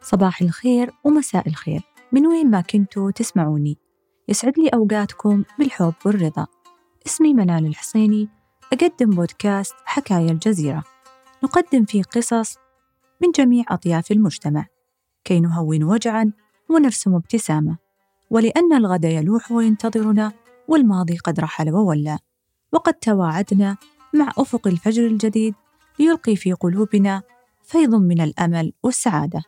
صباح الخير ومساء الخير من وين ما كنتوا تسمعوني. يسعد لي أوقاتكم بالحب والرضا. اسمي منال الحصيني، أقدم بودكاست حكاية الجزيرة. نقدم فيه قصص من جميع أطياف المجتمع كي نهون وجعاً ونرسم ابتسامة، ولأن الغد يلوح وينتظرنا والماضي قد رحل وولى، وقد تواعدنا مع أفق الفجر الجديد ليلقي في قلوبنا فيض من الأمل والسعادة.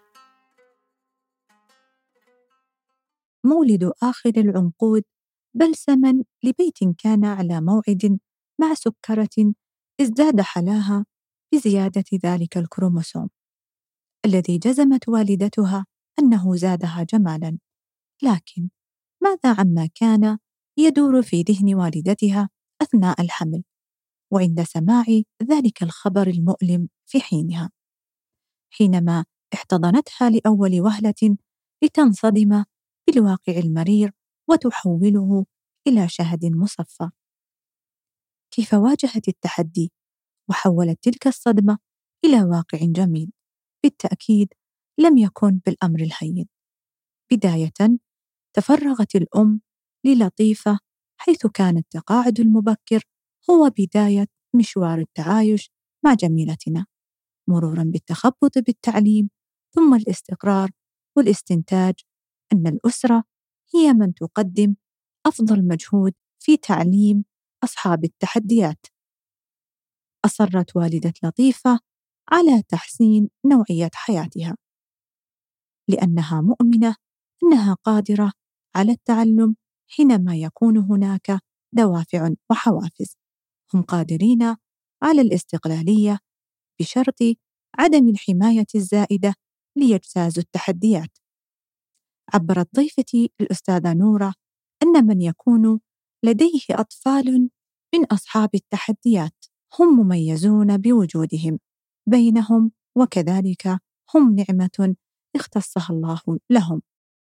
مولد آخر العنقود بلسماً لبيت كان على موعد مع سكرة ازداد حلاها بزيادة ذلك الكروموسوم الذي جزمت والدتها أنه زادها جمالاً. لكن ماذا عما كان يدور في ذهن والدتها أثناء الحمل وعند سماع ذلك الخبر المؤلم في حينها، حينما احتضنتها لأول وهلة لتنصدم بالواقع المرير وتحوله إلى شهد مصفى؟ كيف واجهت التحدي وحولت تلك الصدمة إلى واقع جميل؟ بالتأكيد لم يكن بالأمر الهين. بداية تفرغت الأم للطيفة، حيث كان التقاعد المبكر هو بداية مشوار التعايش مع جميلتنا، مرورا بالتخبط بالتعليم ثم الاستقرار والاستنتاج أن الأسرة هي من تقدم أفضل مجهود في تعليم أصحاب التحديات. أصرت والدة لطيفة على تحسين نوعية حياتها، لأنها مؤمنة أنها قادرة على التعلم حينما يكون هناك دوافع وحوافز. هم قادرين على الاستقلالية بشرط عدم الحماية الزائدة ليجتازوا التحديات. عبرت ضيفتي الأستاذة نورة أن من يكون لديه أطفال من أصحاب التحديات هم مميزون بوجودهم بينهم، وكذلك هم نعمة اختصها الله لهم.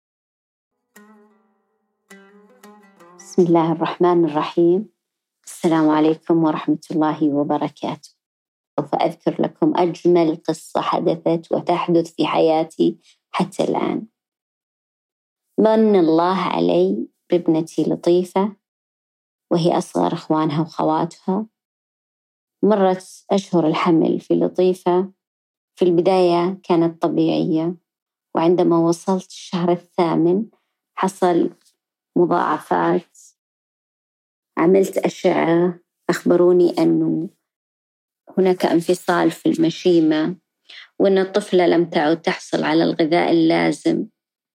بسم الله الرحمن الرحيم. السلام عليكم ورحمة الله وبركاته. سوف أذكر لكم أجمل قصة حدثت وتحدث في حياتي حتى الآن. من الله علي بابنتي لطيفة وهي أصغر إخوانها وخواتها. مرت أشهر الحمل في لطيفة، في البداية كانت طبيعية، وعندما وصلت الشهر الثامن حصل مضاعفات. عملت أشعة، أخبروني أنه هناك انفصال في المشيمة، وأن الطفلة لم تعد تحصل على الغذاء اللازم،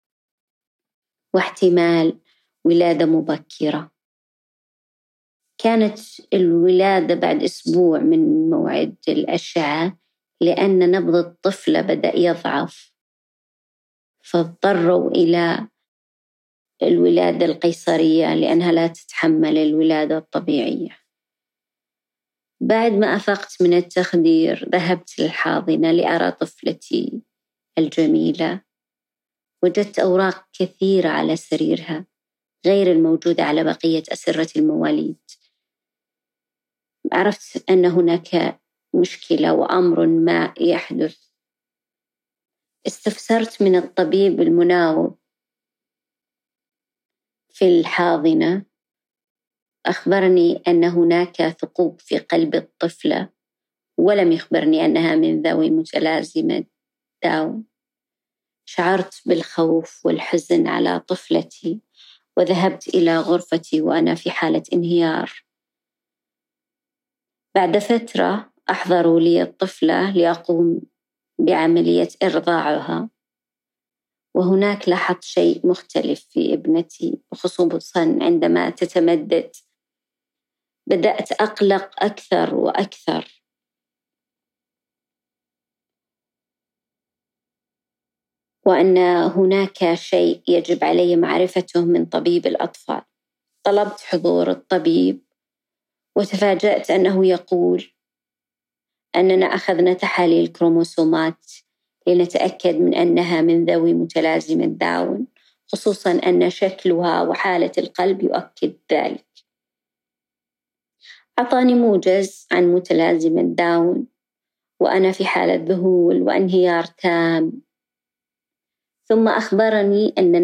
واحتمال ولادة مبكرة. كانت الولادة بعد أسبوع من موعد الأشعة، لأن نبض الطفلة بدأ يضعف، فاضطروا إلى الولادة القيصرية لأنها لا تتحمل الولادة الطبيعية. بعد ما أفقت من التخدير ذهبت للحاضنة لأرى طفلتي الجميلة. وجدت أوراق كثيرة على سريرها غير الموجودة على بقية أسرة المواليد. عرفت أن هناك مشكلة وأمر ما يحدث. استفسرت من الطبيب المناوب في الحاضنة، أخبرني أن هناك ثقوب في قلب الطفلة، ولم يخبرني أنها من ذوي متلازمة داون. شعرت بالخوف والحزن على طفلتي، وذهبت إلى غرفتي وأنا في حالة انهيار. بعد فترة أحضروا لي الطفلة لأقوم بعملية إرضاعها، وهناك لاحظت شيء مختلف في ابنتي، خصوصا عندما تتمدد. بدأت أقلق أكثر وأكثر. وأن هناك شيء يجب علي معرفته من طبيب الأطفال. طلبت حضور الطبيب، وتفاجأت أنه يقول أننا أخذنا تحاليل كروموسومات لنتأكد من أنها من ذوي متلازمة داون، خصوصا أن شكلها وحالة القلب يؤكد ذلك. أعطاني موجز عن متلازمة داون، وأنا في حالة ذهول وانهيار تام. ثم أخبرني أن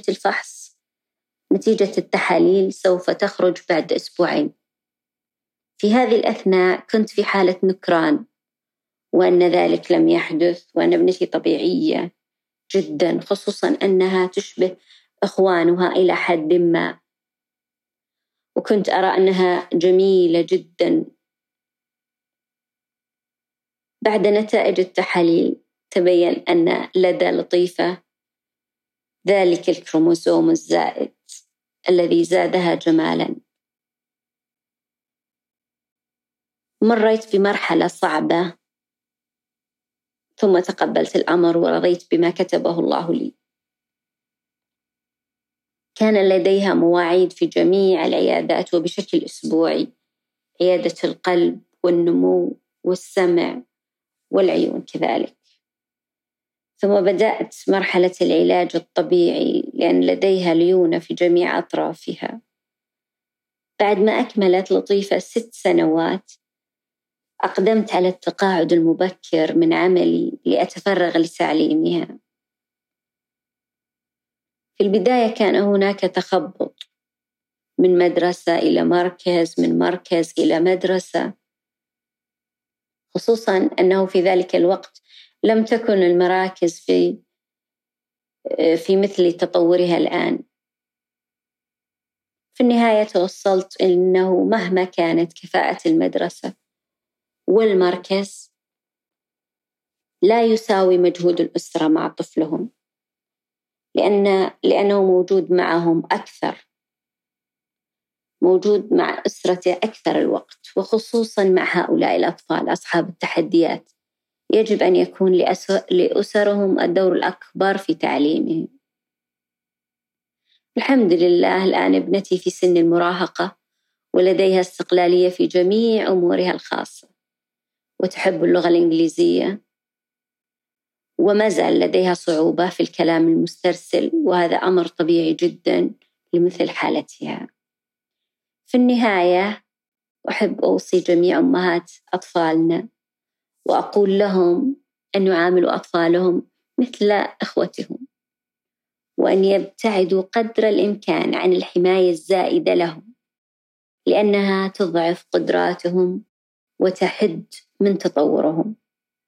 نتيجة التحاليل سوف تخرج بعد أسبوعين. في هذه الأثناء كنت في حالة نكران، وأن ذلك لم يحدث، وأن ابنتي طبيعية جدا، خصوصا أنها تشبه إخوانها إلى حد ما، وكنت أرى أنها جميلة جدا. بعد نتائج التحاليل تبين أن لدى لطيفة ذلك الكروموسوم الزائد الذي زادها جمالا. مريت بمرحلة صعبة، ثم تقبلت الأمر ورضيت بما كتبه الله لي. كان لديها مواعيد في جميع العيادات وبشكل أسبوعي، عيادة القلب والنمو والسمع والعيون كذلك. ثم بدأت مرحلة العلاج الطبيعي لأن لديها ليونة في جميع أطرافها. بعد ما أكملت لطيفة 6 سنوات أقدمت على التقاعد المبكر من عملي لأتفرغ لتعليمها. في البداية كان هناك تخبط من مدرسة إلى مركز، من مركز إلى مدرسة، خصوصاً أنه في ذلك الوقت لم تكن المراكز في مثل تطورها الآن. في النهاية توصلت أنه مهما كانت كفاءة المدرسة والمركز لا يساوي مجهود الأسرة مع طفلهم، لأنه موجود معهم أكثر، موجود مع أسرته أكثر الوقت، وخصوصاً مع هؤلاء الأطفال أصحاب التحديات. يجب أن يكون لأسرهم الدور الأكبر في تعليمهم. الحمد لله الآن ابنتي في سن المراهقة ولديها استقلالية في جميع أمورها الخاصة، وتحب اللغة الإنجليزية، وما زال لديها صعوبة في الكلام المسترسل، وهذا أمر طبيعي جدا لمثل حالتها. في النهاية أحب أوصي جميع أمهات أطفالنا وأقول لهم أن يعاملوا أطفالهم مثل إخوتهم، وأن يبتعدوا قدر الإمكان عن الحماية الزائدة لهم، لأنها تضعف قدراتهم وتحد من تطورهم.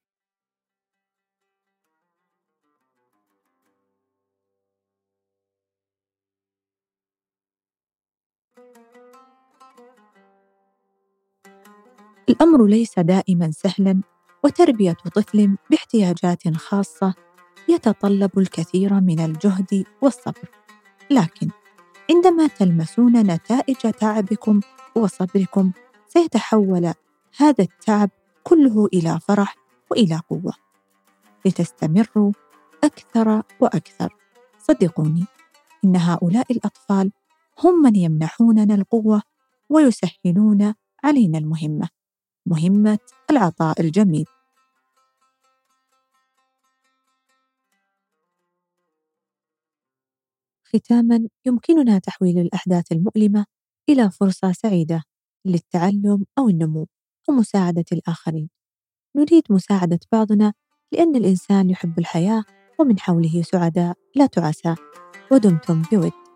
الأمر ليس دائماً سهلاً، وتربية طفل باحتياجات خاصة يتطلب الكثير من الجهد والصبر، لكن عندما تلمسون نتائج تعبكم وصبركم سيتحول هذا التعب كله إلى فرح وإلى قوة لتستمروا أكثر وأكثر. صدقوني، إن هؤلاء الأطفال هم من يمنحوننا القوة ويسهلون علينا المهمة، مهمة العطاء الجميل. ختاماً، يمكننا تحويل الأحداث المؤلمة إلى فرصة سعيدة للتعلم أو النمو أو مساعدة الآخرين. نريد مساعدة بعضنا لأن الإنسان يحب الحياة ومن حوله سعداء لا تعسى. ودمتم بود.